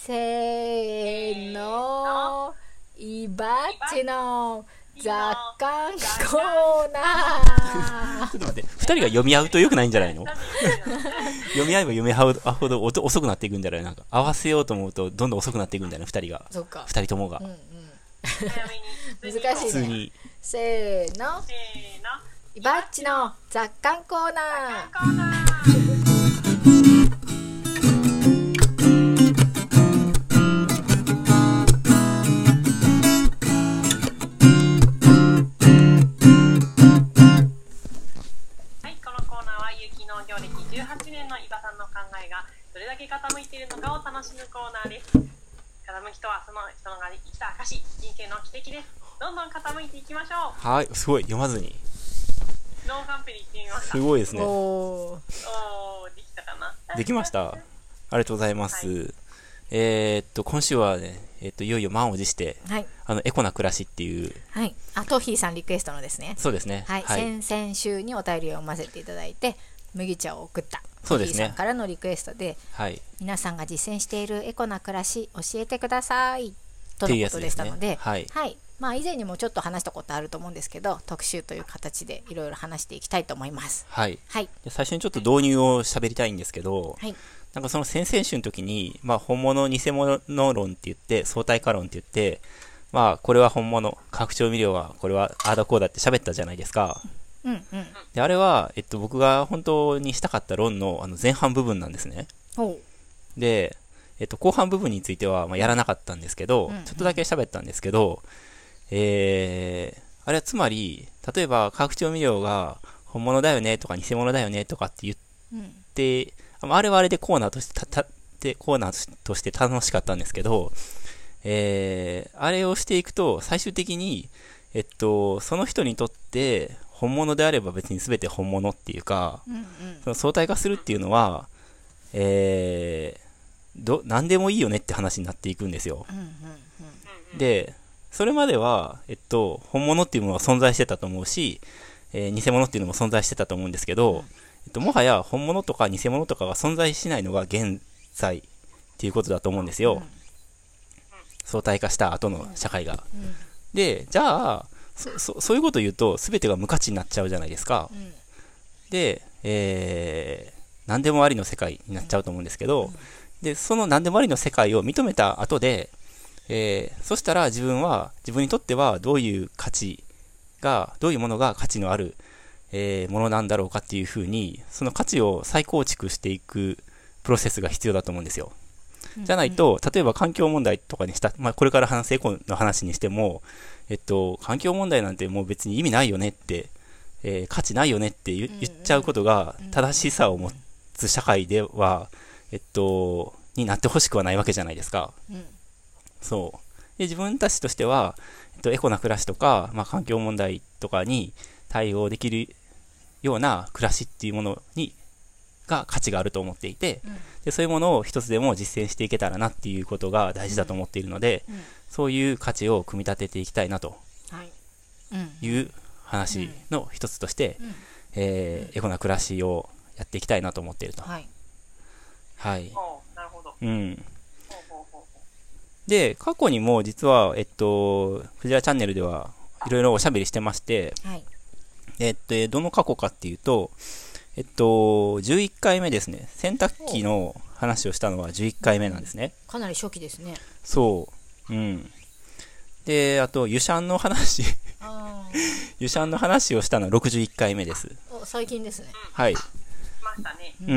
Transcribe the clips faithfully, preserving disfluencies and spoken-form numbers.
せーの、イバッチの雑感コーナー。 ちょっと待って、ふたりが読み合うと良くないんじゃないの読み合えば読み合うほど音遅くなっていくんじゃない？なんか合わせようと思うとどんどん遅くなっていくんじゃない？ふたりが。 そうか。 ふたりともが。 うんうん、難しいね。 普通に。 せーの、イバッチの雑感コーナー。 じゅうはちねんの伊庭さんの考えがどれだけ傾いているのかを楽しむコーナーです。傾きとはその人が生きた証、人生の奇跡です。どんどん傾いていきましょう。 はい、すごい、読まずにノーカンペで言ってみました。 すごいですね。 おーおー、できたかな。 できました。ありがとうございます、はい、えー、っと今週はね、えー、っといよいよ満を持して、はい、あのエコな暮らしっていう、 はい、あトーヒーさんリクエストのですね。 そうですね、 はいはい、先々週にお便りを読ませていただいて麦茶を送ったトーヒーさんからのリクエストで、はい、皆さんが実践しているエコな暮らし教えてくださいとのことでしたので、ね、はいはい、まあ、以前にもちょっと話したことあると思うんですけど、特集という形でいろいろ話していきたいと思います。はい、はい、で最初にちょっと導入を喋りたいんですけど、はい、なんかその先々週の時に、まあ、本物偽物論って言って相対化論って言って、まあ、これは本物、化学調味料はこれはああだこうだって喋ったじゃないですか。うんうん、であれは、えっと、僕が本当にしたかった論の、あの前半部分なんですね。で、えっと、後半部分については、まあ、やらなかったんですけど、うんうん、ちょっとだけ喋ったんですけど、えー、あれはつまり例えば化学調味料が本物だよねとか偽物だよねとかって言って、うん、あれはあれでコーナーとしてたたでコーナーとして楽しかったんですけど、えー、あれをしていくと最終的に、えっと、その人にとって本物であれば別に全て本物っていうか、うんうん、その相対化するっていうのは、えー、ど何でもいいよねって話になっていくんですよ。うんうんうん、でそれまでは、えっと、本物っていうものは存在してたと思うし、えー、偽物っていうのも存在してたと思うんですけど、えっと、もはや本物とか偽物とかが存在しないのが現在っていうことだと思うんですよ。相対化した後の社会が。で、じゃあ、そ, そ, そういうことを言うと全てが無価値になっちゃうじゃないですか。で、えー、何でもありの世界になっちゃうと思うんですけど、で、その何でもありの世界を認めた後で、えー、そしたら自分は自分にとってはどういう価値がどういうものが価値のある、えー、ものなんだろうかっていうふうにその価値を再構築していくプロセスが必要だと思うんですよ。じゃないと例えば環境問題とかにした、まあ、これから話すエコの話にしても、えっと、環境問題なんてもう別に意味ないよねって、えー、価値ないよねって言っちゃうことが正しさを持つ社会では、えっと、になってほしくはないわけじゃないですか。そうで自分たちとしては、えっと、エコな暮らしとか、まあ、環境問題とかに対応できるような暮らしっていうものにが価値があると思っていて、うん、でそういうものを一つでも実践していけたらなっていうことが大事だと思っているので、うんうん、そういう価値を組み立てていきたいなという話の一つとして、うんうんえー、エコな暮らしをやっていきたいなと思っていると。はい。はい。 なるほど。 うん。で、過去にも実は、えっと、クジラチャンネルではいろいろおしゃべりしてまして、はい、えっと、どの過去かっていうと、えっと、じゅういっかいめですね。洗濯機の話をしたのはじゅういっかいめなんですね。 かなり初期ですね。 そう。うん。で、あと、油シャンの話。油シャンの話をしたのはろくじゅういっかいめです。 お、最近ですね。 はい。 しましたね。 うんうん。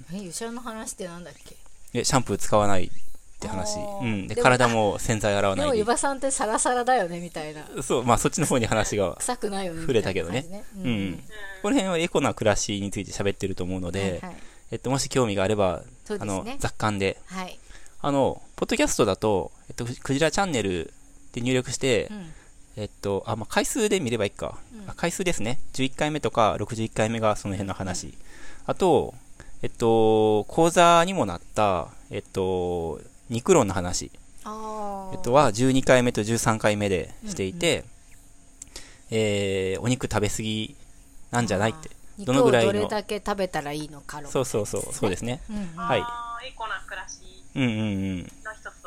え、油シャンの話ってなんだっけ？ え、シャンプー使わないって話。うん。で、体も洗剤洗わないで。 でも、湯葉さんってサラサラだよねみたいな。 そう、まあそっちの方に話が臭くないよね触れたけどね。ねうん、うん。この辺はエコな暮らしについて喋ってると思うので、はいはい、えっと、もし興味があれば、ね、あの雑感で、はい、あのポッドキャストだと、えっと、クジラチャンネルって入力して、うん、えっと、あ、まあ、回数で見ればいいか、うん、回数ですね。じゅういっかいめとかろくじゅういっかいめがその辺の話。うん、あと、えっと、講座にもなった、えっと、肉論の話、あ、えっと、はじゅうにかいめとじゅうさんかいめでしていて、うんうん、えー、お肉食べ過ぎなんじゃないって、 どのぐらいの、肉をどれだけ食べたらいいのか論、 そうそうそう、そうですね。 うんうん、はい。エコな暮らしの一つ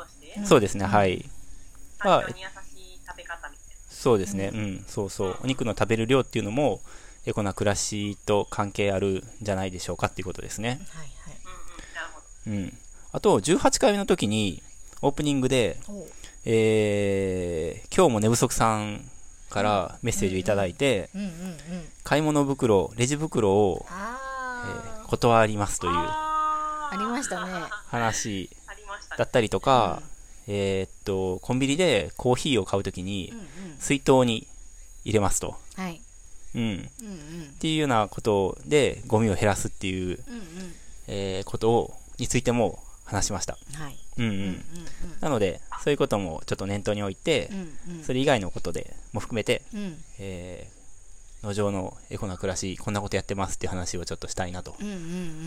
そうですね、はい。 環境に優しい食べ方みたいな。 そうですね、うん、そうそう。お肉の食べる量っていうのも、エコな暮らしと関係あるんじゃないでしょうかっていうことですね。 はいはい。 うん。あと、じゅうはちかいめの時に、オープニングで、えー、今日も寝不足さんからメッセージをいただいて、買い物袋、レジ袋を、えー、断りますというありましたね話だったりとか、うん、えー、っと、コンビニでコーヒーを買うときに、水筒に入れますと。はい。うん。うんうん、っていうようなことで、ゴミを減らすっていう、うんうん、えー、ことを、についても話しました。はい。うんうん。うんうんうん、なので、そういうこともちょっと念頭に置いて、うんうん、それ以外のことでも含めて、うん、えー、農場のエコな暮らし、こんなことやってますっていう話をちょっとしたいなと。うんうんうん、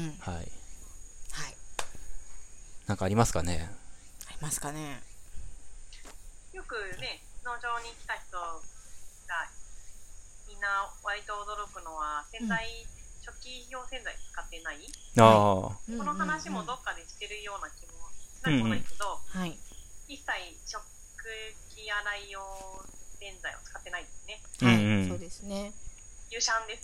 はい。はい。なんかありますかね。 ありますかね。 よくね、農場に来た人が、みんな割と驚くのは、洗剤、うん食器用洗剤使ってない？あこの話もどっかでしてるような気もしなくもないけど、うんうん、一切食器洗い用洗剤を使ってないですね。 はい、うんうん、そうですね。 油シャンです。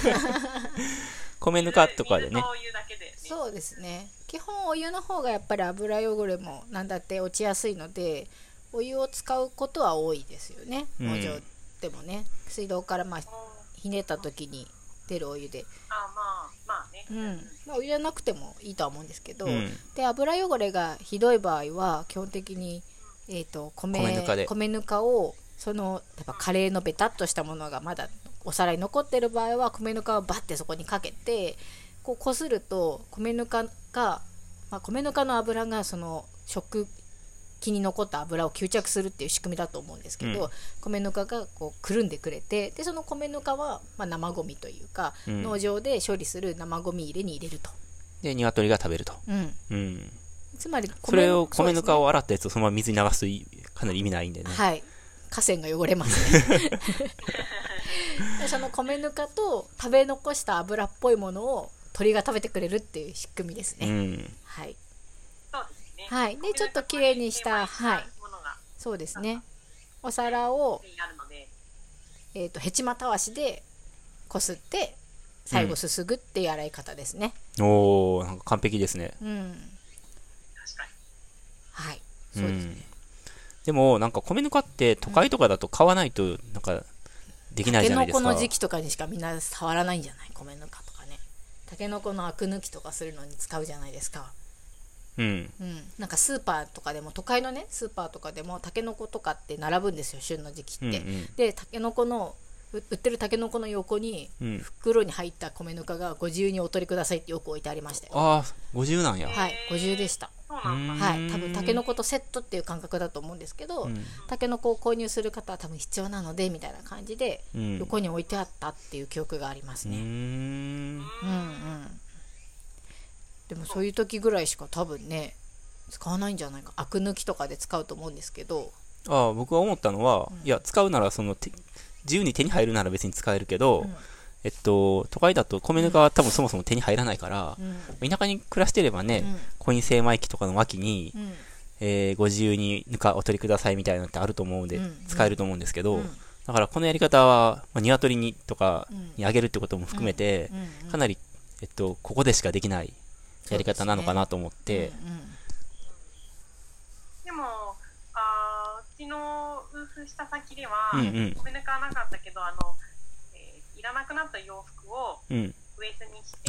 米ぬかとかでね。 水とお湯だけで、ね。 そうですね。基本お湯の方がやっぱり油汚れもなんだって落ちやすいので、お湯を使うことは多いですよね。農場でもね、水道からまあひねった時に。出るお湯であまあまあね、 うんまあ、お湯じゃなくてもいいとは思うんですけど、うん、で油汚れがひどい場合は基本的に、えー、と 米, 米ぬかで米ぬかをそのやっぱカレーのベタっとしたものがまだお皿に残ってる場合は米ぬかをバッてそこにかけてこうこすると米ぬかが、まあ、米ぬかの油がその食器に残った油を吸着するっていう仕組みだと思うんですけど、うん、米ぬかがこうくるんでくれてでその米ぬかは、まあ、生ゴミというか、うん、農場で処理する生ゴミ入れに入れるとで鶏が食べると、うんうん、 つまり米それを米ぬかを洗ったやつをそのまま水に流すとかなり意味ないんでねはい河川が汚れますねでその米ぬかと食べ残した油っぽいものを鳥が食べてくれるっていう仕組みですね、うん、はいはい、でちょっときれいにした、はい、そうですね。お皿を、えっとヘチマたわしでこすって最後すすぐっていう洗い方ですね。 うん、おお、なんか完璧ですね。うん。 確かに。 はい、そうですね。うん、 でもなんか米ぬかって都会とかだと買わないとなんかできないじゃないですか。 タケノコの時期とかにしかみんな触らないんじゃない米ぬかとかね。タケノコのアク抜きとかするのに使うじゃないですか。うんうん、なんかスーパーとかでも都会のねスーパーとかでもタケノコとかって並ぶんですよ旬の時期って、うんうん、でタケノコの売ってるタケノコの横に袋に入った米ぬかがご自由にお取りくださいってよく置いてありましたよ。 ああご自由なんや。 はいご自由でした。はい多分タケノコとセットっていう感覚だと思うんですけど、うん、タケノコを購入する方は多分必要なのでみたいな感じで、うん、横に置いてあったっていう記憶がありますね。うーんうんうんでもそういう時ぐらいしか多分ね使わないんじゃないか。アク抜きとかで使うと思うんですけどああ僕が思ったのは、うん、いや使うならその自由に手に入るなら別に使えるけど、うん、えっと都会だと米ぬかは多分そもそも手に入らないから、うん、田舎に暮らしてればね、うん、コイン精米機とかの脇に、うんえー、ご自由にぬかお取りくださいみたいなのってあると思うんで、うん、使えると思うんですけど、うん、だからこのやり方は、まあ、鶏にとかにあげるってことも含めて、うん、かなり、えっと、ここでしかできないやり方なのかなと思って、 うんうん、でもあうちの夫婦した先では、うんうん、米ぬかはなかったけどあの、えー、いらなくなった洋服をウエスにして、うん、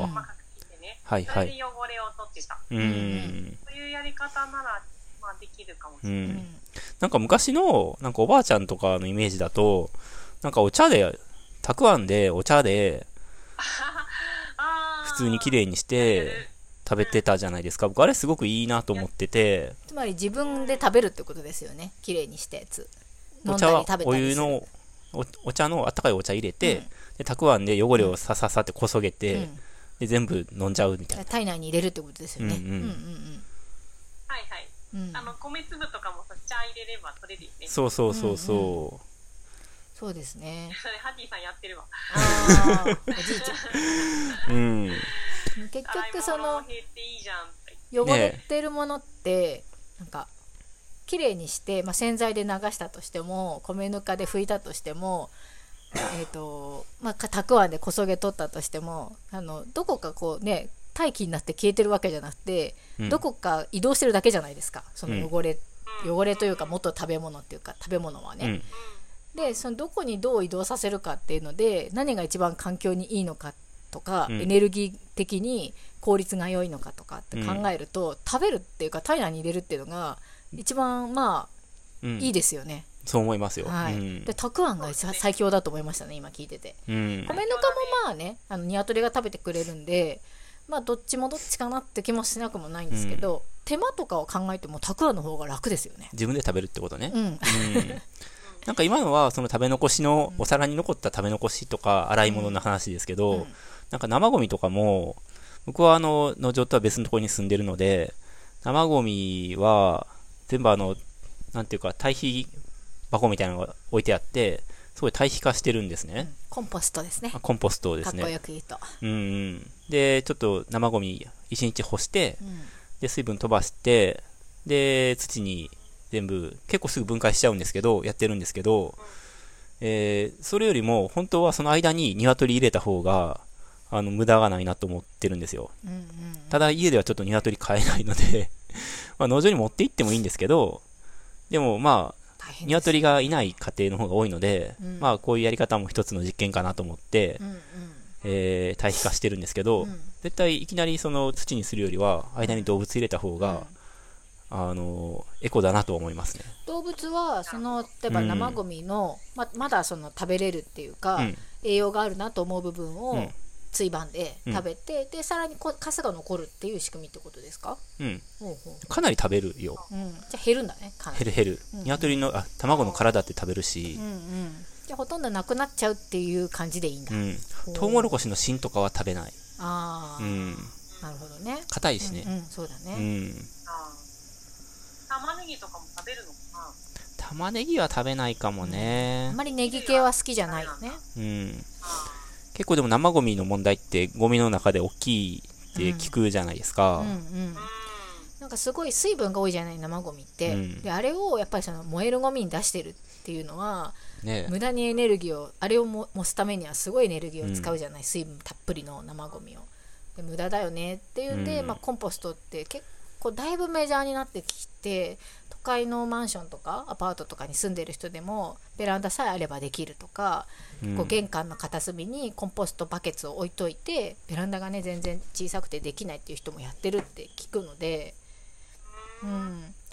細かく切ってね、はいはい、それで汚れを取ってた、うんうん、そういうやり方なら、まあ、できるかもしれない、うん、 なんか昔のなんかおばあちゃんとかのイメージだとなんかお茶でたくあんでお茶で普通に綺麗にして食べてたじゃないですか。僕あれすごくいいなと思っててつまり自分で食べるってことですよね。綺麗にしたやつお茶はお湯の お, お茶のあったかいお茶入れて、うん、でたくあんで汚れをさささってこそげて、うん、で全部飲んじゃうみたいな体内に入れるってことですよね。うんうんうんうん、 はいはい、うん、あの米粒とかもさ茶入れれば取れるよね。 そうそうそうそう、うんうんそうですね。 それハティさんやってるわ。 ああ、おじいちゃん。うん。結局その汚れてるものってなんかきれいにして、まあ、洗剤で流したとしても米ぬかで拭いたとしてもえと、まあ、たくあんでこそげ取ったとしてもあのどこかこうね大気になって消えてるわけじゃなくて、うん、どこか移動してるだけじゃないですか、その汚れ、うん、汚れというか元食べ物っていうか食べ物はね、うん、でそのどこにどう移動させるかっていうので何が一番環境にいいのかとか、うん、エネルギー的に効率が良いのかとかって考えると、うん、食べるっていうか体内に入れるっていうのが一番まあ、うん、いいですよね。 そう思いますよ、 はい、うん、でたくあんが最強だと思いましたね今聞いてて、うん、米ぬかもまあねあの鶏が食べてくれるんでまあどっちもどっちかなって気もしなくもないんですけど、うん、手間とかを考えてもたくあんの方が楽ですよね。 自分で食べるってことね、うんうん、なんか今のはその食べ残しの、うん、お皿に残った食べ残しとか洗い物の話ですけど、うん、なんか生ゴミとかも僕はあの農場とは別のところに住んでるので生ゴミは全部あのなんていうか堆肥箱みたいなのが置いてあってすごい堆肥化してるんですね、うん、 コンポストですね。 コンポストですね。 かっこよく言うと、 うんうん、でちょっと生ゴミいちにち干して、うん、で水分飛ばしてで土に全部結構すぐ分解しちゃうんですけどやってるんですけど、えー、それよりも本当はその間に鶏入れた方があの無駄がないなと思ってるんですよ、うんうんうん、ただ家ではちょっと鶏飼えないのでまあ農場に持って行ってもいいんですけどでもまあ鶏がいない家庭の方が多いので、うん、まあこういうやり方も一つの実験かなと思って、うんうんえー、堆肥化してるんですけど、うん、絶対いきなりその土にするよりは間に動物入れた方が、うん、あのエコだなと思いますね。 動物はその例えば生ゴミの、うん、ま, まだその食べれるっていうか、うん、栄養があるなと思う部分を、うん追番で食べて、うん、でさらにこカスが残るっていう仕組みってことですか？ うん。ほうほうかなり食べるよ。 うん、じゃあ減るんだね。かなり減る減る。うんうん、鶏のあ卵の殻だって食べるし、うんうん、 じゃあほとんどなくなっちゃうっていう感じでいいんだ。うん。 トウモロコシの芯とかは食べない。 ああ。うん。なるほどね。 硬いしね。 うん、うん、そうだね。うん。 あ玉ねぎとかも食べるのかな？ 玉ねぎは食べないかもね。 うん、あんまりネギ系は好きじゃないよね。 うん。結構でも生ゴミの問題ってゴミの中で大きいって聞くじゃないですか、うんうんうん、 なんかすごい水分が多いじゃない生ゴミって、うん、であれをやっぱりその燃えるゴミに出してるっていうのは、ね、無駄にエネルギーをあれをも燃すためにはすごいエネルギーを使うじゃない、うん、水分たっぷりの生ゴミをで無駄だよねっていうんで、うんまあ、コンポストって結構だいぶメジャーになってきて都会のマンションとかアパートとかに住んでる人でもベランダさえあればできるとか、うん、こう玄関の片隅にコンポストバケツを置いといてベランダがね全然小さくてできないっていう人もやってるって聞くので、うん、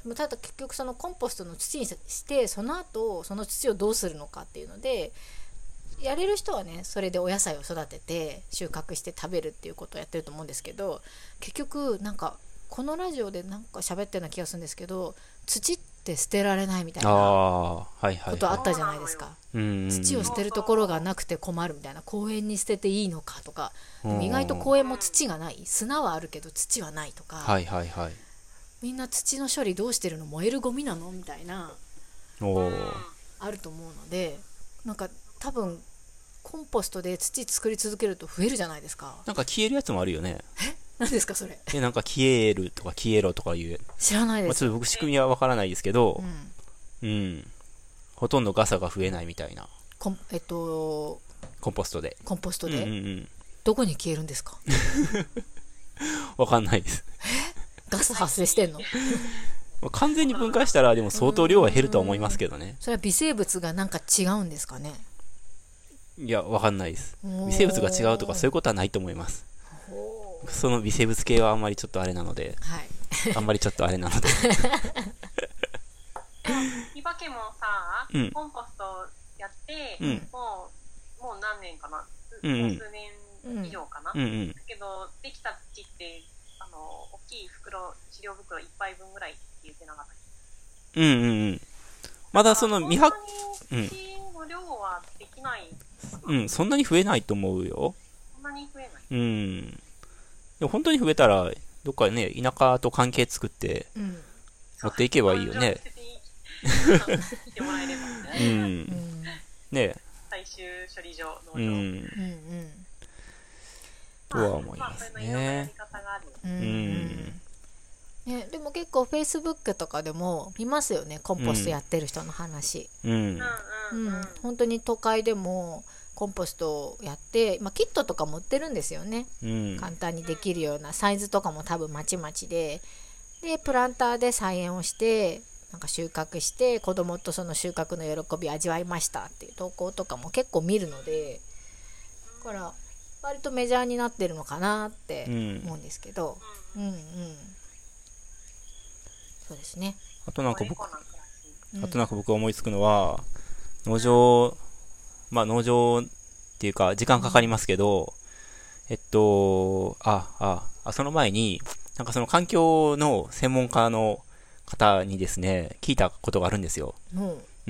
ただ結局そのコンポストの土にしてその後その土をどうするのかっていうのでやれる人はねそれでお野菜を育てて収穫して食べるっていうことをやってると思うんですけど結局なんかこのラジオでなんか喋ってるような気がするんですけど土って捨てられないみたいなことあったじゃないですか、はいはいはい、土を捨てるところがなくて困るみたいな公園に捨てていいのかとかでも意外と公園も土がない砂はあるけど土はないとか、 はいはいはい、 みんな土の処理どうしてるの燃えるゴミなのみたいなおあると思うのでなんか多分コンポストで土作り続けると増えるじゃないですか。 なんか消えるやつもあるよね。 え何ですかそれ。 えなんか消えるとか消えろとかいう知らないです、まあ、 ちょっと僕仕組みはわからないですけど、うん、うん、ほとんどガサが増えないみたいなコンえっとコンポストでコンポストで、 うんうんうん、 どこに消えるんですか。 わかんないです。 えガス発生してんの。 完全に分解したらでも相当量は減るとは思いますけどね。 それは微生物がなんか違うんですかね。 いやわかんないです。微生物が違うとかそういうことはないと思います。その微生物系はあんまりちょっとあれなので、はい、あんまりちょっとあれなので伊庭家もさ、うん、コンポストやって、うん、もうもう何年かな、うんうん、数年以上かな、うんうん、だけどできた土ってあの大きい袋飼料袋いっぱいぶんぐらいって言ってなかったっけ。うんうんうんまだその未発うんの量はできない、 うん、そんなに増えないと思うよ。 そんなに増えない。 うんでも本当に増えたらどっかね田舎と関係作って持っていけばいいよね。うん。ね最終処理場農場。うん。うん。 とは思いますね。 うん。 ね、でも結構フェイスブックとかでも見ますよね、コンポストやってる人の話。 うん、うんうん、本当に都会でもコンポストをやって、まあ、キットとかも売ってるんですよね、うん、簡単にできるようなサイズとかも多分まちまちで、でプランターで菜園をしてなんか収穫して子供とその収穫の喜び味わいましたっていう投稿とかも結構見るので、だから割とメジャーになってるのかなって思うんですけど、うん、うんうんそうですね。 あとなんか僕、あとなんか僕思いつくのは、農場、まあ農場っていうか時間かかりますけど、えっと、あ、あ、あ、その前に、なんかその環境の専門家の方にですね、聞いたことがあるんですよ。うん、うんうん。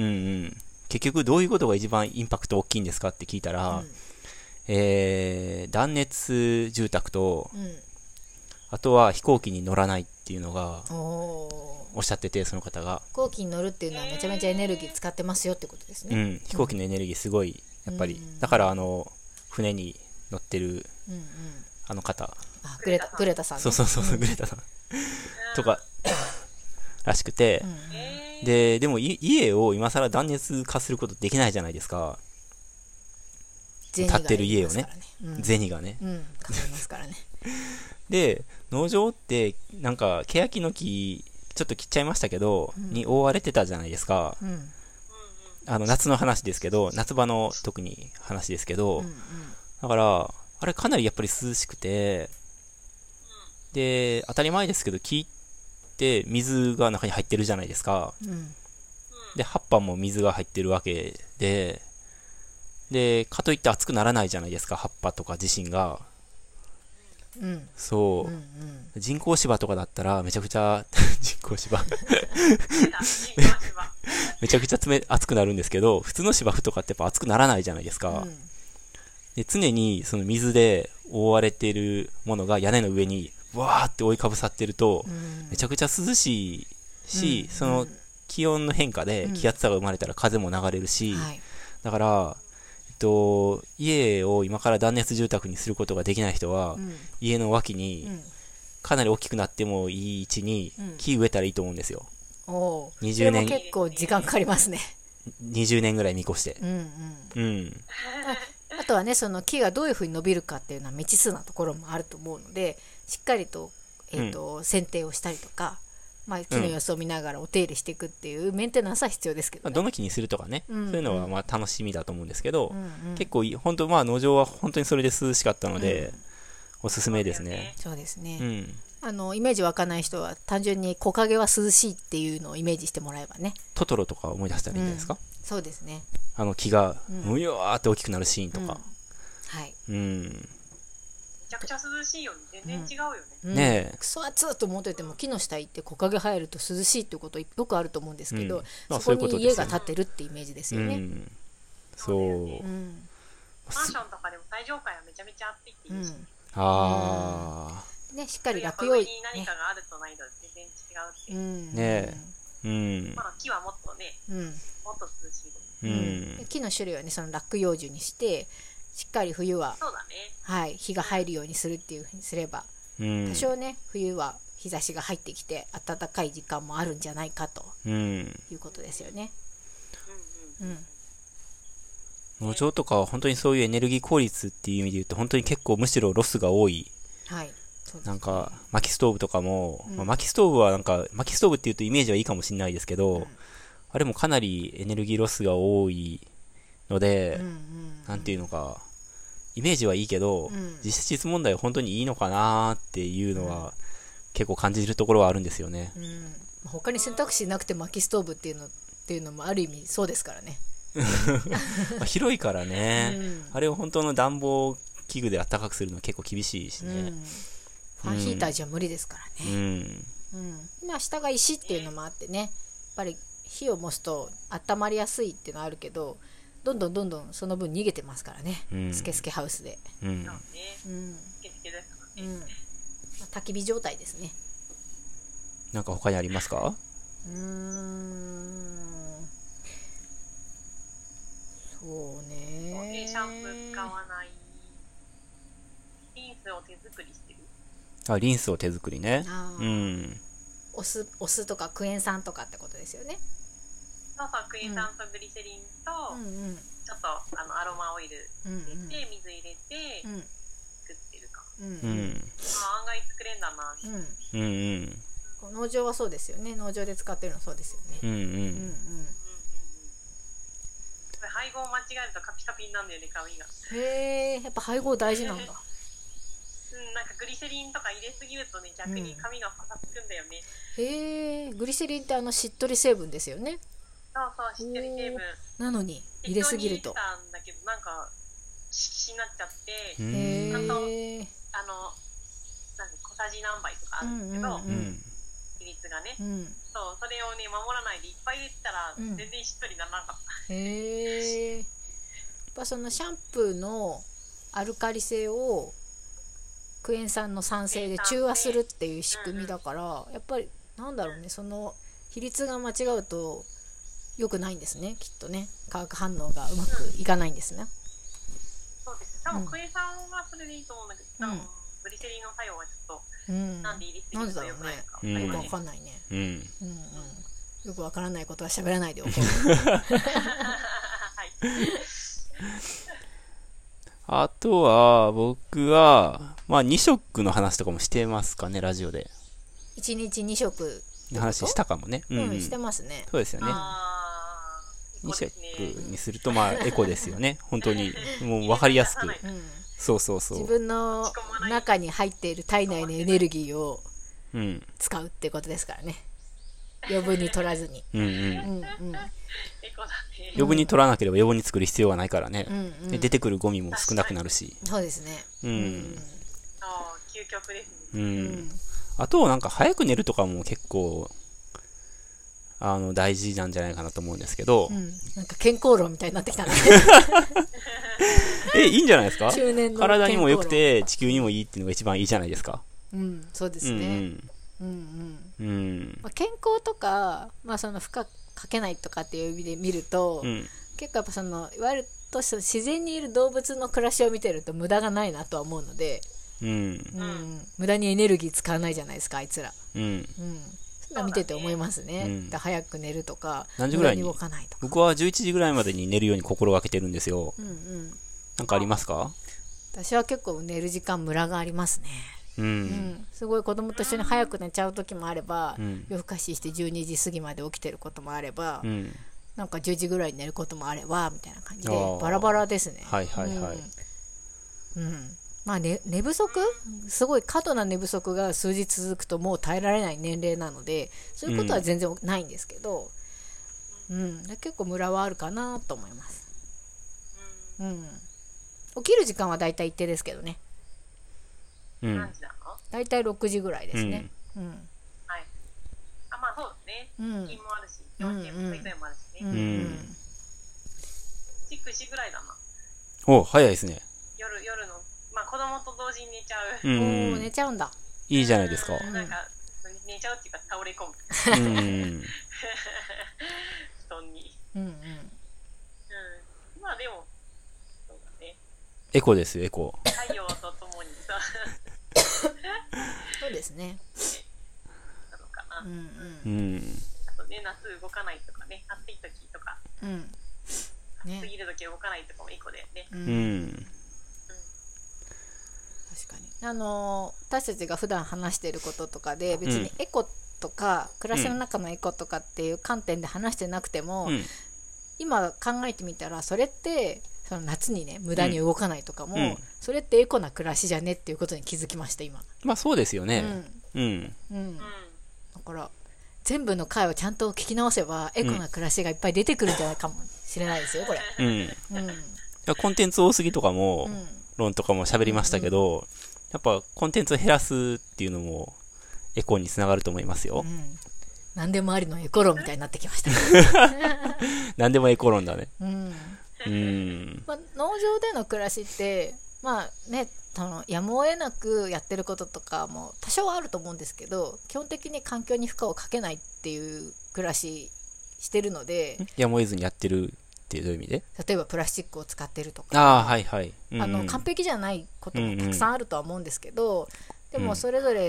結局どういうことが一番インパクト大きいんですかって聞いたら、うん、えー、断熱住宅と、うん、あとは飛行機に乗らないっていうのが、おっしゃってて、その方が飛行機に乗るっていうのはめちゃめちゃエネルギー使ってますよってことですね。 うん、飛行機のエネルギーすごいやっぱり、うん、だからあの船に乗ってる、うんうん、あの方、 あグレタグレタさん、ね、 そうそうそう、うん、グレタさんとからしくて、うん、ででも家を今更断熱化することできないじゃないですか。建ってる家をね、銭がね、うん、かかりますからね。で農場ってなんか欅の木ちょっと切っちゃいましたけど、うん、に覆われてたじゃないですか、うん、あの夏の話ですけど、夏場の特に話ですけど、うんうん、だからあれかなりやっぱり涼しくて、で当たり前ですけど木って水が中に入ってるじゃないですか、うん、で葉っぱも水が入ってるわけで、でかといって熱くならないじゃないですか、葉っぱとか自身が。うん、そう、うんうん、人工芝とかだったらめちゃくちゃ人工芝めちゃくちゃ冷熱くなるんですけど、普通の芝生とかってやっぱ熱くならないじゃないですか、うん、で常にその水で覆われているものが屋根の上にわーって覆いかぶさってると、うん、めちゃくちゃ涼しいし、うん、その気温の変化で気圧差が生まれたら風も流れるし、うんはい、だからと家を今から断熱住宅にすることができない人は、うん、家の脇にかなり大きくなってもいい位置に木植えたらいいと思うんですよ、うん、おにじゅうねん、それも結構時間かかりますね。 にじゅうねんぐらい見越して、うんうんうん、 あ, あとはね、その木がどういうふうに伸びるかっていうのは未知数なところもあると思うので、しっかりと、えーとうん、剪定をしたりとか、まあ、木の様子を見ながらお手入れしていくっていうメンテナンスは必要ですけど、ね、 まあ、どの木にするとかね、うんうん、そういうのはまあ楽しみだと思うんですけど、うんうん、結構本当まあ農場は本当にそれで涼しかったので、うん、おすすめですね。 そうですね、うん、あのイメージ湧かない人は単純に木陰は涼しいっていうのをイメージしてもらえばね、 トトロとか思い出したらいいんじゃないですか、うん、 そうですね、 あの木がむよーって大きくなるシーンとか、うん、 はい、 うん、 めちゃくちゃ涼しいよね、全然違うよね、 うん、ねえ、クソ暑いと思ってても木の下行って木陰入ると涼しいっていうことよくあると思うんですけど、うん、そこに家が建ってるってイメージですよね、うん、 そう、うん、 マンションとかでも最上階はめちゃめちゃ暑いっていうし、うん、 あー、ね、しっかり落葉、 に何かがあるとないと全然違うっていう、うん、 ねえ、うん、 まあ、木はもっとね、うん、もっと涼しい、 うん、木の種類はねその落葉樹にしてしっかり冬は、 そうだね、 はい、日が入るようにするっていうふうにすれば、うん、多少ね冬は日差しが入ってきて暖かい時間もあるんじゃないかと、うん、いうことですよね、うんうんうん、農場とかは本当にそういうエネルギー効率っていう意味で言うと本当に結構むしろロスが多い、はい、そうですね、なんか薪ストーブとかも、うん、まあ、薪ストーブはなんか薪ストーブっていうとイメージはいいかもしれないですけど、うん、あれもかなりエネルギーロスが多いので、うんうんうん、なんていうのかイメージはいいけど、うん、実質問題は本当にいいのかなっていうのは、うん、結構感じるところはあるんですよね、うん、 他に選択肢なくて薪ストーブっていうのっていうのもある意味そうですからねまあ広いからね、うん、あれを本当の暖房器具で暖かくするのは結構厳しいしね、うん、 ファンヒーターじゃ無理ですからね、うんうん、今下が石っていうのもあってね、やっぱり火を燃すと温まりやすいっていうのはあるけど、どんどんどんどんその分逃げてますからね、うん、スケスケハウスで、うんうんスケスケですからね、うん、焚き火状態ですね。 なんか他にありますか？ うーんそうね、 シャンプー使わない、リンスを手作りしてる。 あ、リンスを手作りね、うん、 お酢、お酢とかクエン酸とかってことですよね。 そうそう、クエン酸とグリセリンと、うんうん、ちょっとあのアロマオイル入れて、うんうん、水入れて、うん、作ってるか、うんうん、あ、案外作れんだな、うんうんうん、 農場はそうですよね。農場で使ってるのそうですよね。うんうんうんうん、 配合間違えるとカピカピになるんだよね、髪が。 へえ、やっぱ配合大事なんだ。 うん、なんかグリセリンとか入れすぎるとね、逆に髪がパサつくんだよね。 うん、へえ、グリセリンってあのしっとり成分ですよね。 そうそう、しっとり成分なのに入れすぎると適当に入れてたんだけど、なんかしになっちゃって、ちゃんとあのなんか小さじ何杯とかあるんですけど、うんうんうん、比率がね、うん、そう、それをね守らないでいっぱい入れてたら、うん、全然しっとりならなかった。 へえ。やっぱそのシャンプーのアルカリ性をクエン酸の酸性で中和するっていう仕組みだから、うんうん、やっぱりなんだろうね、その比率が間違うと良くないんですね、きっとね。化学反応がうまくいかないんですね。うん、 そうです。多分クエン酸はそれでいいと思うんだけど、うん、グリセリンの作用はちょっと、うん、なんで入れすぎると良くないか、うん、 よくわかんないね。うんうんうん、よくわからないことは喋らないでおこう。はい。 あとは僕はまあに食の話とかもしてますかね、ラジオで。 いちにちに食の話したかもね。 うん、うん、してますね。 そうですよね。に食にするとまあエコですよね。本当にもう分かりやすく、うん、そうそうそう、 自分の中に入っている体内のエネルギーを使うってことですからね。余分に取らずに。うんうんうんうん、 余分に取らなければ余分に作る必要はないからね。うんうん、で出てくるゴミも少なくなるし。 そうですね。うん。うん、 あ、究極ですね。 うん。うん、あとなんか早く寝るとかも結構あの大事なんじゃないかなと思うんですけど、うん、 なんか健康論みたいになってきたね。 え、いいんじゃないですか。体にも良くて地球にもいいっていうのが一番いいじゃないですか。 うん、そうですね。うんうんうんうん、まあ、健康とか、まあ、その負荷かけないとかっていう意味で見ると、うん、結構やっぱそのいわゆると自然にいる動物の暮らしを見てると無駄がないなとは思うので、うんうん、無駄にエネルギー使わないじゃないですか、あいつら。うんうん、それは見てて思いますね。うん、早く寝るとか、 何時ぐらいに動かないとか。 僕はじゅういちじぐらいまでに寝るように心がけてるんですよ。うんうん、なんかありますか？ 私は結構寝る時間ムラがありますね。うんうん、すごい子供と一緒に早く寝ちゃう時もあれば、うん、夜更かししてじゅうにじ過ぎまで起きてることもあれば、うん、なんかじゅうじぐらいに寝ることもあればみたいな感じでバラバラですね。はいはいはい。うん、うん、まあ、ね、寝不足、すごい過度な寝不足が数日続くともう耐えられない年齢なので、そういうことは全然ないんですけど、うんうん、結構ムラはあるかなと思います。うん、起きる時間はだいたい一定ですけどね。うん、だいたいろくじぐらいですね。うんうん、 はい。あ、まあそうですね。勤勤もあるし、幼稚園も保育園もあるしね。うん。くじぐらいだな。 お、早いですね。 夜夜の、まあ子供と同時に寝ちゃう。 うん、お、寝ちゃうんだ。 いいじゃないですか。 なんか寝ちゃうっていうか倒れ込む。うん。布団に。うんうん。うん。まあでもそうだね。 エコですよ、エコ。 太陽とともにさ。 そうですね。 なのかな。うんうん。あとね、夏動かないとかね、暑い時とか、うん、ね、暑すぎる時動かないとかもいい子だよね。うん。うん、 確かに。あのー、私たちが普段話していることとかで、別にエコとか、うん、暮らしの中のエコとかっていう観点で話してなくても、うん、今考えてみたら、それってその夏にね無駄に動かないとかも、うん、それってエコな暮らしじゃねっていうことに気づきました今。 まあそうですよね。うん、うんうん、 だから全部の回をちゃんと聞き直せばエコな暮らしがいっぱい出てくるんじゃないかもしれないですよこれ。うんうん、コンテンツ多すぎとかも、うん、論とかも喋りましたけど、うん、やっぱコンテンツを減らすっていうのもエコにつながると思いますよ。うん、 何でもありのエコ論みたいになってきました。 何でもエコ論だね。 うんうんまあ、農場での暮らしってまあねあのやむを得なくやってることとかも多少はあると思うんですけど、基本的に環境に負荷をかけないっていう暮らししてるので、 やむを得ずにやってるっていう意味で、 例えばプラスチックを使ってるとか、 あ、はいはい、うんうん、 あの完璧じゃないこともたくさんあるとは思うんですけど、うん、でもそれぞれ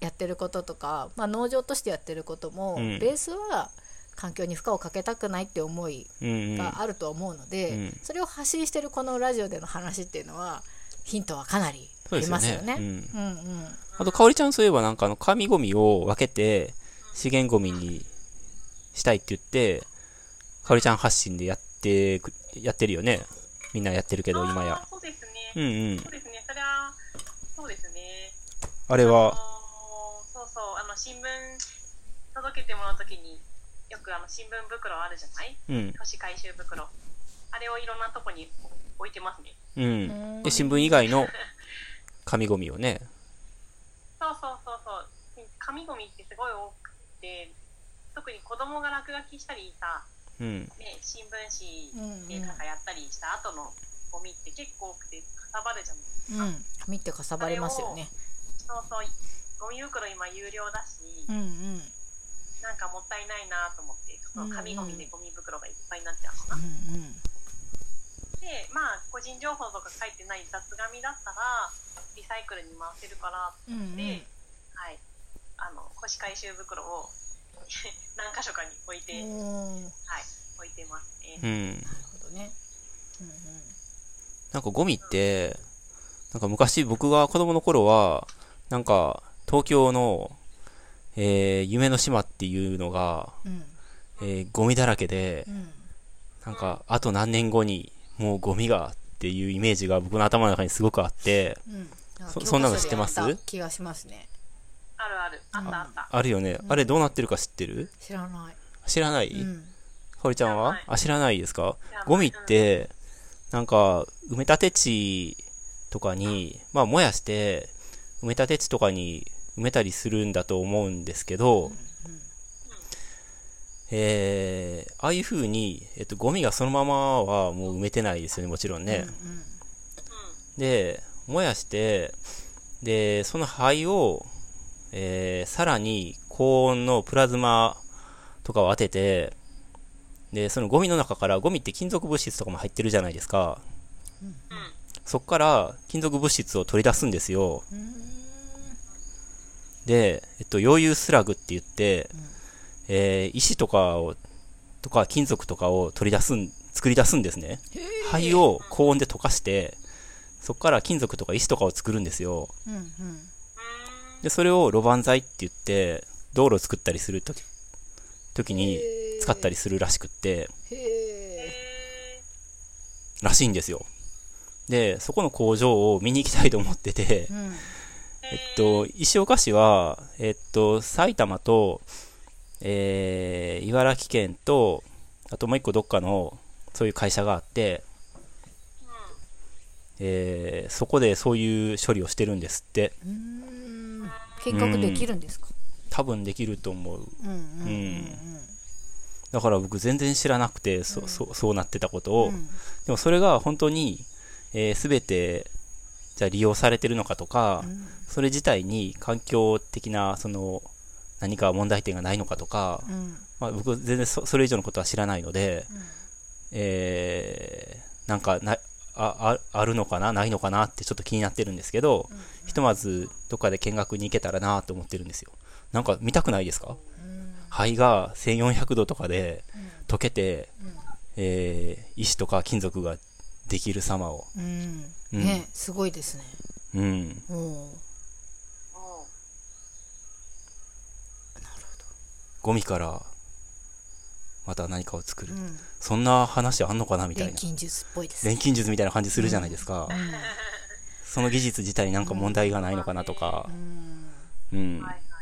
やってることとか、まあ、農場としてやってることも、うん、ベースは環境に負荷をかけたくないって思いがあると思うので、うんうん、それを発信してるこのラジオでの話っていうのはヒントはかなりありますよね。 あとかおりちゃんそういえばなんかあの紙ゴミを分けて資源ゴミにしたいって言ってかおりちゃん発信でやってやってるよね。みんなやってるけど今や。 そうですね。 うんうん。 そうですね。それはそうですね。 あれは、 あのー、そうそうあの新聞届けてもらうときによくあの新聞袋あるじゃない？うん。都市回収袋。あれをいろんなとこに置いてますね。 うん。で新聞以外の紙ゴミをね。 そうそうそうそう。紙ゴミってすごい多くて、特に子供が落書きしたりさ、うんね、新聞紙でなんかやったりした後のゴミって結構多くてかさばるじゃないですか。うん。 紙ってかさばりますよね。 そうそう。ゴミ袋今有料だし、うんうん、なんかもったいないなと思って、その紙ゴミでゴミ袋がいっぱいになっちゃうのかな。うんうん、で、まあ個人情報とか書いてない雑紙だったらリサイクルに回せるからって、うんうん、はい、あの腰回収袋を何箇所かに置いて、はい、置いてますね。うん、なるほどね。 うんうん、なんかゴミってなんか昔僕が子供の頃はなんか東京の、えー、夢の島っていうのが、うんえー、ゴミだらけで、うん、なんかあと何年後にもうゴミがっていうイメージが僕の頭の中にすごくあって、うん、そ, そんなの知ってます？ 気がしますね。 あるあるあったあったあ, あるよね、うん、あれどうなってるか知ってる？ 知らない。 知らない？うん、かおりちゃんは？あ、知らないですか？ゴミってなんか埋め立て地とかにまあ燃やして埋め立て地とかに埋めたりするんだと思うんですけど、うんうん、えー、ああいう風に、えっと、ゴミがそのままはもう埋めてないですよね、もちろんね。うんうん、で、燃やして、で、その灰を、えー、さらに高温のプラズマとかを当てて、で、そのゴミの中からゴミって金属物質とかも入ってるじゃないですか。うん、そっから金属物質を取り出すんですよ。うんで、えっと、溶融スラグって言って、うんえー、石とかを、とか金属とかを取り出すん、作り出すんですね。灰を高温で溶かして、そこから金属とか石とかを作るんですよ。うんうん、で、それを路盤材って言って、道路を作ったりするとき、時に使ったりするらしくって、らしいんですよ。で、そこの工場を見に行きたいと思ってて、うんえっと、石岡市は、えっと、埼玉と、えー、茨城県と、あともう一個どっかの、そういう会社があって、うんえー、そこでそういう処理をしてるんですって。うーん見学できるんですか？うん、 多分できると思う。うんうんうんうん、だから僕全然知らなくて、そ、うん、そ、そうなってたことを。うん、でもそれが本当に、えー、全て、じゃあ利用されてるのかとか、うん、それ自体に環境的なその何か問題点がないのかとか、うんまあ、僕全然 そ, それ以上のことは知らないので、うんえー、なんかな あ, あ, あるのかなないのかなってちょっと気になってるんですけど、うん、ひとまずどっかで見学に行けたらなと思ってるんですよ。なんか見たくないですか？うん、灰がせんよんひゃくどとかで溶けて、うんえー、石とか金属ができる様を、うんうん、ねすごいですね。うん。なるほど。ゴミからまた何かを作る、うん、そんな話あんのかなみたいな。錬金術っぽいですね。 錬金術みたいな感じするじゃないですか。うん、その技術自体になんか問題がないのかなとか、うん、うん、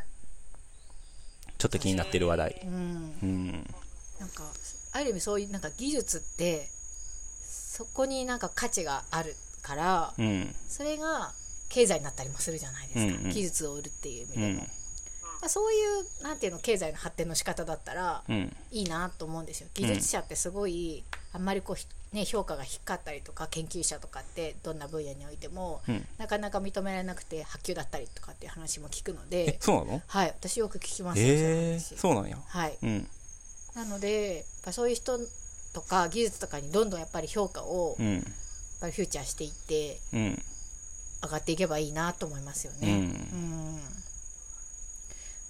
ちょっと気になってる話題。うん。 うん、なんかある意味そういうなんか技術ってそこになんか価値があるから、うん、それが経済になったりもするじゃないですか、うんうん、技術を売るっていう意味でも、うんまあ、そういうなんていうの経済の発展の仕方だったら、うん、いいなと思うんですよ。技術者ってすごい、うん、あんまりこう、ね、評価が低かったりとか研究者とかってどんな分野においても、うん、なかなか認められなくて発給だったりとかっていう話も聞くので。 えそうなの？ はい、私よく聞きますよ、 えー、そうなんや。 はい、うん、なのでやっぱそういう人とか技術とかにどんどんやっぱり評価を、うん、やっぱりフューチャーしていって、うん、上がっていけばいいなと思いますよね。うんうん、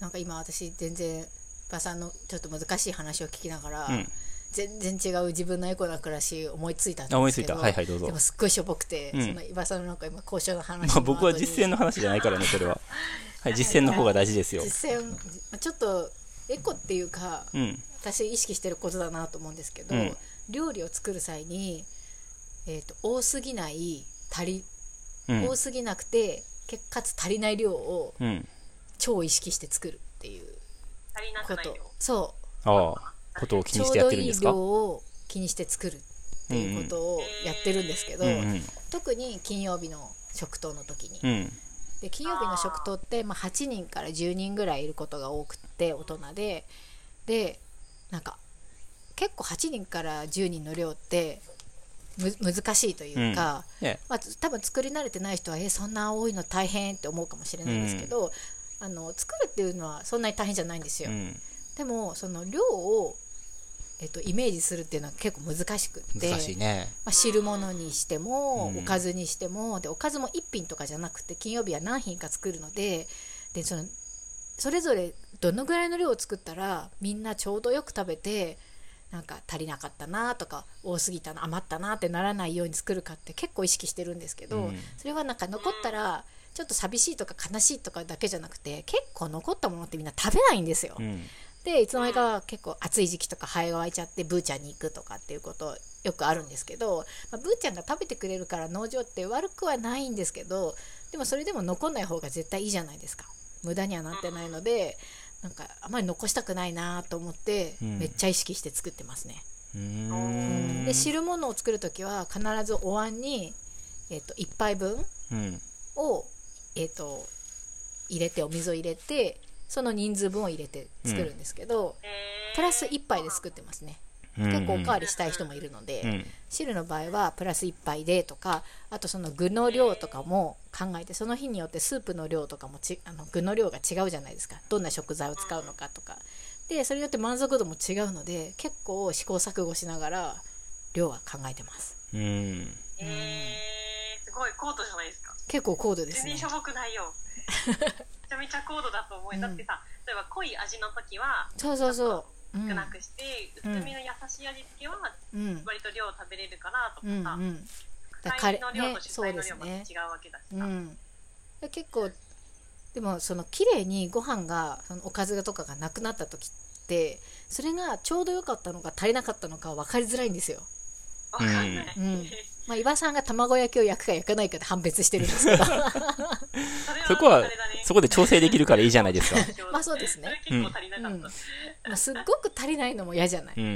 なんか今私全然馬さんのちょっと難しい話を聞きながら、うん、全然違う自分のエコな暮らし思いついたんですけど、 思いついた、はいはい、どうぞ。 でもすっごいしょぼくて、うん、その馬さんのなんか今交渉の話、 まあ、僕は実践の話じゃないからねそれははい、実践の方が大事ですよ。 実践ちょっとエコっていうか、うん、私意識してることだなと思うんですけど、うん、料理を作る際に、えーと、多すぎない足り、うん、多すぎなくてかつ足りない量を超意識して作るっていう足りなくない量、 そうああことを気にしてやってるんですか。 ちょうどいい量を気にして作るっていうことをやってるんですけど、うんうん、特に金曜日の食当の時に、うん、で金曜日の食当って、まあ、はちにんからじゅうにんぐらいいることが多くて大人ででなんか結構はちにんからじゅうにんの量ってむ難しいというか、うんねまあ、多分作り慣れてない人はえそんな多いの大変って思うかもしれないんですけど、うん、あの作るっていうのはそんなに大変じゃないんですよ、うん、でもその量を、えっと、イメージするっていうのは結構難しくって難しいね、 まあ、汁物にしても、うん、おかずにしてもでおかずもいっ品とかじゃなくて金曜日は何品か作るので、でそのそれぞれどのぐらいの量を作ったらみんなちょうどよく食べてなんか足りなかったなとか多すぎたな余ったなってならないように作るかって結構意識してるんですけど、うん、それはなんか残ったらちょっと寂しいとか悲しいとかだけじゃなくて結構残ったものってみんな食べないんですよ、うん、でいつの間にか結構暑い時期とかハエが湧いちゃってブーちゃんに行くとかっていうことよくあるんですけど、まあ、ブーちゃんが食べてくれるから農場って悪くはないんですけど、でもそれでも残んない方が絶対いいじゃないですか。無駄にはなってないのでなんかあまり残したくないなと思って、うん、めっちゃ意識して作ってますね。うーんで汁物を作るときは必ずお椀に、えー、といっぱいぶんを、うんえー、と入れてお水を入れてその人数分を入れて作るんですけど、うん、プラスいっぱいで作ってますね。結構おかわりしたい人もいるので、うん、汁の場合はプラスいっぱいでとか、あとその具の量とかも考えてその日によってスープの量とかもちあの具の量が違うじゃないですか。どんな食材を使うのかとかでそれによって満足度も違うので結構試行錯誤しながら量は考えてます。うん、 えー、すごい高度じゃないですか。 結構高度ですね。 全然しょぼくないよめちゃめちゃ高度だと思い、うん、だってさ例えば濃い味の時はそうそうそう少なくして、うん、薄めの優しい味付けは割と量食べれるからとかさ、うんうん、副菜の量と主菜の量も違うわけだしさ、ねうん、結構でもその綺麗にご飯がそのおかずとかがなくなった時ってそれがちょうど良かったのか足りなかったのか分かりづらいんですよ。 分かんない、 うんうんまあ、岩さんが卵焼きを焼くか焼かないかで判別してるんですけどそこはそこで調整できるからいいじゃないですかまあそうですね。 それ結構足りなかった、うんまあ、すっごく足りないのも嫌じゃない、うんうん、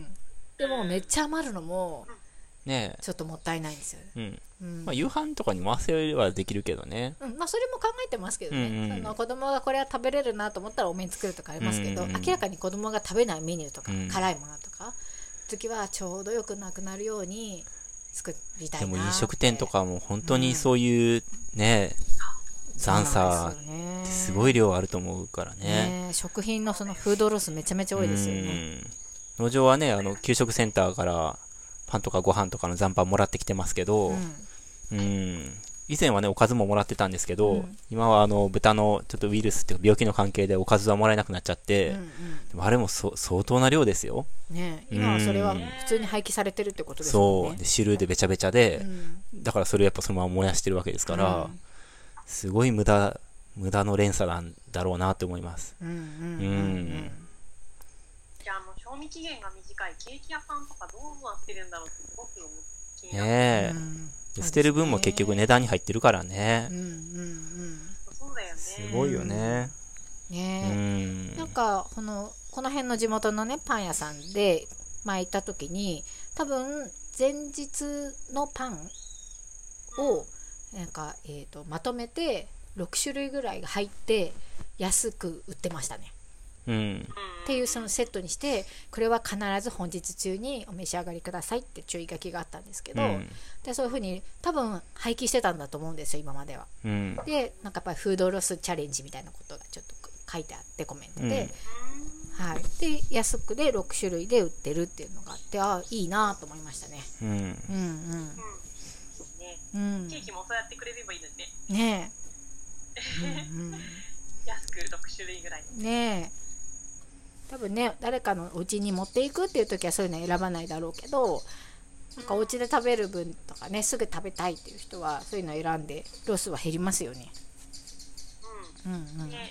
でもめっちゃ余るのもねちょっともったいないんですよ、 うんうんまあ、夕飯とかに回せはできるけどね、 うんまあ、それも考えてますけどね、うんうん、その子供がこれは食べれるなと思ったら多めに作るとかありますけど、うんうん、明らかに子供が食べないメニューとか、うん、辛いものとか時はちょうどよくなくなるように作りたいなって。 でも飲食店とかも本当にそういうね、うん、残差ってすごい量あると思うから ね, ね食品のそのフードロスめちゃめちゃ多いですよね。 農場はねあの給食センターからパンとかご飯とかの残飯もらってきてますけど、うん、うん以前はねおかずももらってたんですけど、うん、今はあの豚のちょっとウイルスっていうか病気の関係でおかずはもらえなくなっちゃって、うんうん、でもあれもそ相当な量ですよ、 ね、今はそれは普通に廃棄されてるってことですもんね。 そうで汁でべちゃべちゃで、うん、だからそれをやっぱそのまま燃やしてるわけですから、うん、すごい無駄無駄の連鎖なんだろうなと思います。うんうんうんうん、 じゃあもう賞味期限が短いケーキ屋さんとかどうなってるんだろうってすごく気になって、 ねえ、うん捨てる分も結局値段に入ってるからね。うんうんうん。 そうだよね。 すごいよね。 ね、うん、なんかこのこの辺の地元のねパン屋さんで前行った時に多分前日のパンをなんか、えーと、まとめてろく種類ぐらいが入って安く売ってましたね。うん、っていうそのセットにしてこれは必ず本日中にお召し上がりくださいって注意書きがあったんですけど、うん、でそういう風に多分廃棄してたんだと思うんですよ今までは、うん、でなんかやっぱりフードロスチャレンジみたいなことがちょっと書いてあってコメントで、うんはい、で安くでろく種類で売ってるっていうのがあってあいいなと思いましたね。うんうんうん、うんねうん、ケーキもそうやってくれればいいのにね。 ねえうん、うん安くろくしゅるいぐらいねえ、多分ね誰かのお家に持っていくっていう時はそういうの選ばないだろうけど、なんかお家で食べる分とかね、すぐ食べたいっていう人はそういうのを選んでロスは減りますよね。うん、うんうん、ね、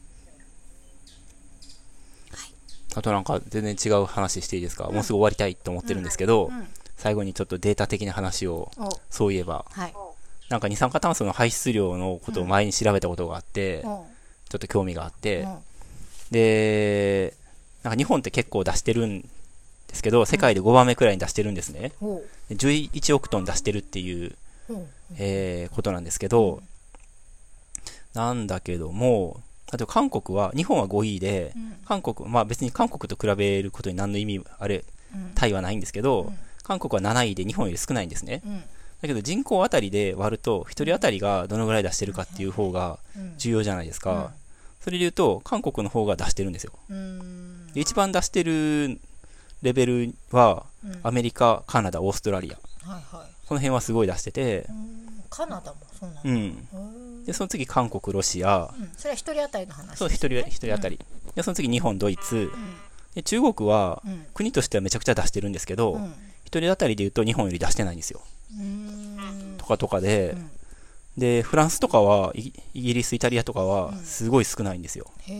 はい、あとなんか全然違う話していいですか、うん、もうすぐ終わりたいと思ってるんですけど、うんうん、最後にちょっとデータ的な話を、そういえば、はい、なんか二酸化炭素の排出量のことを前に調べたことがあって、うん、ちょっと興味があって、うん、でなんか日本って結構出してるんですけど、世界でごばんめくらいに出してるんですね、うん、じゅういちおくトン出してるっていう、うんえー、ことなんですけど、うん、なんだけども、あと韓国は、日本はごいで、うん、韓国、まあ別に韓国と比べることに何の意味、あれ、タイはないんですけど、うん、韓国はなないで日本より少ないんですね。うん、だけど人口あたりで割ると、ひとり当たりがどのぐらい出してるかっていう方が重要じゃないですか。うん、それで言うと、韓国の方が出してるんですよ。うん、で一番出してるレベルは、アメリカ、カナダ、オーストラリア。はいはい、この辺はすごい出してて、 うん、カナダもそうなんだ。 うん。で、その次、韓国、ロシア。 うん、それは一人当たりの話ですね。 そう、一人、一人当たり。うん、で、その次、日本、ドイツ。うん、で、中国は、うん、国としてはめちゃくちゃ出してるんですけど、うん、一人当たりで言うと日本より出してないんですよ。うん、とかとかで、うん、で、フランスとかは、イギリス、イタリアとかは、すごい少ないんですよ。うん、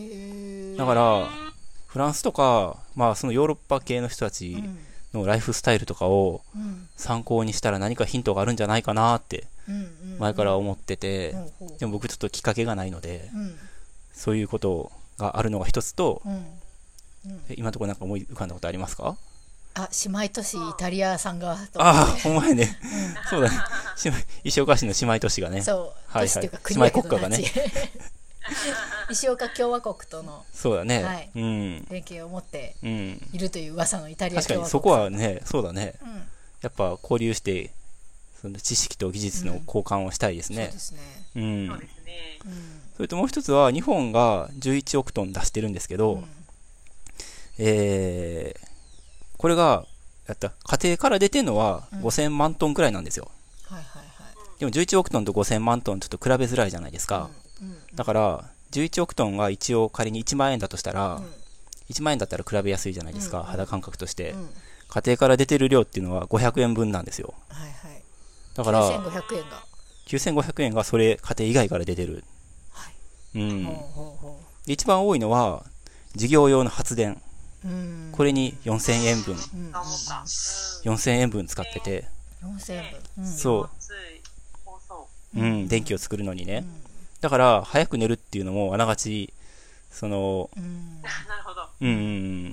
だから、フランスとか、まあ、そのヨーロッパ系の人たちのライフスタイルとかを参考にしたら何かヒントがあるんじゃないかなって前から思ってて、でも僕ちょっときっかけがないので、そういうことがあるのが一つと、今のところなんか思い浮かんだことありますか？ あ、姉妹都市イタリアさんが、 ああ、ほんまやね、うん、そうだね、石岡市の姉妹都市がね、 そう、 はいはい、 都市っていうか国だけど姉妹国家がね石岡共和国との、 そうだね、 はい、うん、連携を持っているという噂のイタリア共和国。 確かにそこはね、そうだね、うん、やっぱ交流してその知識と技術の交換をしたいですね。 そうですね、 うん、そうですね、うん、それともう一つは日本がじゅういちおくトン出してるんですけど、うん、えー、これがやった家庭から出てるのはごせんまんトンくらいなんですよ、うん、はいはいはい、でもじゅういちおくトンとごせんまんトンちょっと比べづらいじゃないですか、うんうんうん、だからじゅういちおくトンが一応仮にいちまんえんだとしたら、うん、いちまんえんだったら比べやすいじゃないですか、うんうん、肌感覚として、うん、家庭から出てる量っていうのはごひゃくえんぶんなんですよ、はいはい、だからきゅうせんごひゃくえんがきゅうせんごひゃくえんがそれ家庭以外から出てる、はい、うん、ほうほうほう、で一番多いのは事業用の発電、うん、これによんせんえんぶん、うん、よんせんえんぶん使ってて、 よんせんえんぶん、うん、 そう、うん、電気を作るのにね、うん、だから早く寝るっていうのもあながちその、うん、なるほど、うんうん、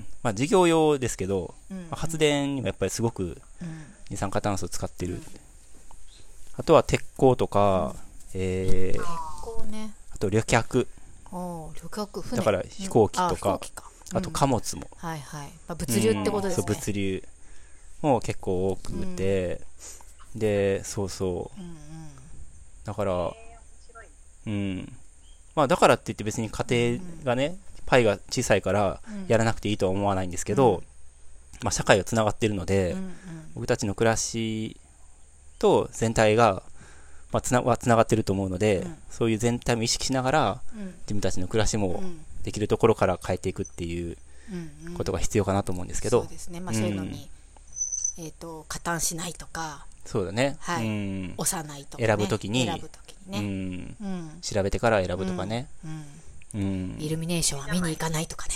まあ事業用ですけど、うんうん、まあ、発電にもやっぱりすごく二酸化炭素を使ってる、うん、あとは鉄鋼とか、うん、えー、鉄鋼ね、あと旅客、 お旅客、船、 だから飛行機とか、うん、あ、飛行機か、あと貨物も、 うん、はいはい、まあ、物流ってことですね、 うん、そう、物流も結構多くて、うん、でそうそう、うんうん、だから、うん、まあだからって言って別に家庭がね、うん、パイが小さいからやらなくていいとは思わないんですけど、うん、まあ社会はつながっているので、うんうん、僕たちの暮らしと全体が、まあ、つなはつながっていると思うので、うん、そういう全体も意識しながら、うん、自分たちの暮らしもできるところから変えていくっていうことが必要かなと思うんですけど、 そうですね、まあ、そういうのに、うん、えーと、加担しないとか、 そうだね、 はい、うん、押さないとか、 ね、選ぶときに、 選ぶ時にね、 うんうん、調べてから選ぶとかね、 うんうんうん、イルミネーションは見に行かないとかね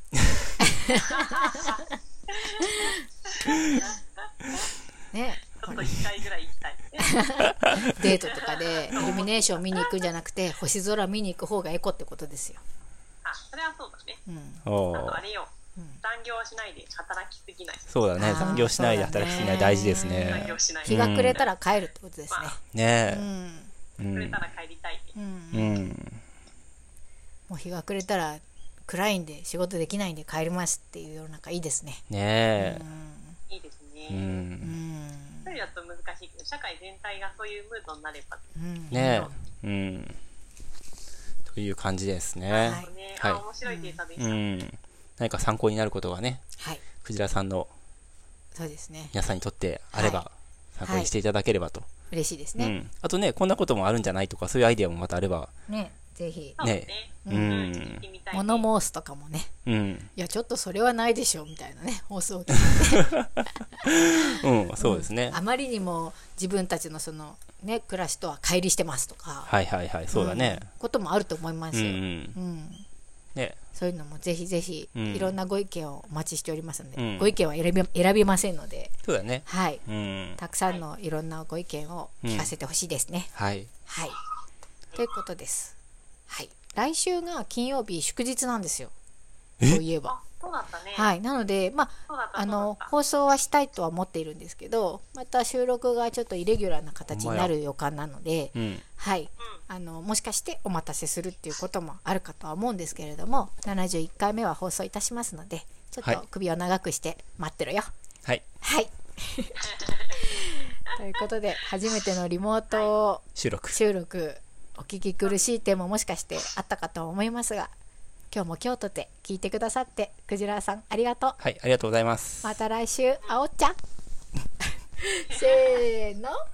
ね、 ちょっといっかいぐらい行きたいデートとかでイルミネーション見に行くんじゃなくて星空見に行く方がエコってことですよ。 あ、それはそうだね、うん、あとあれよ、うん、残業しないで働きすぎない。 そうだね、残業しないで働きすぎない、大事ですね。 残業しない、 日が暮れたら帰るってことですね、まあ、 ねえ、 うん、暮れたら帰りたい、うんうん、もう日が暮れたら暗いんで仕事できないんで帰りますっていう世の中いいですね。 ねえ、 うん、いいですね、うん、一人だと難しいけど社会全体がそういうムードになれば、うん、 ねえ、うん、という感じですね。はい、 はい、あ、面白いデータでした、うんうん、 何か参考になることがね、はい、クジラさんのそうですね、 皆さんにとってあれば、はい、参考にしていただければと、はい、 嬉しいですね、 うん、あとね、こんなこともあるんじゃないとかそういうアイデアもまたあれば、ね、 ぜひね、うん、 物申すとかもね、 うん、 いやちょっとそれはないでしょうみたいなね放送を聞いてうん、そうですね、 うん、あまりにも自分たちのそのね暮らしとは乖離してますとか、 はいはいはい、そうだね、 うん、こともあると思いますよ、 うんうんうんね、 そういうのもぜひぜひ、うん、いろんなご意見をお待ちしておりますので、うん、ご意見は選び、選びませんので、 そうだね、 はい、 うん、 たくさんのいろんなご意見を聞かせてほしいですね、 うん、はい、 はい、ということです。はい、来週が金曜日祝日なんですよ。そういえば。 そうだったね。 はい、なので、まあ、あの放送はしたいとは思っているんですけど、また収録がちょっとイレギュラーな形になる予感なので、うん、はい、あのもしかしてお待たせするっていうこともあるかとは思うんですけれども、ななじゅういっかいめは放送いたしますので、ちょっと首を長くして待ってろよ。 はい。 はい。ということで初めてのリモート収録。 収録お聞き苦しい点ももしかしてあったかと思いますが、今日も京都で聞いてくださってクジラさんありがとう。 はい、ありがとうございます。 また来週会おうちゃんせーの。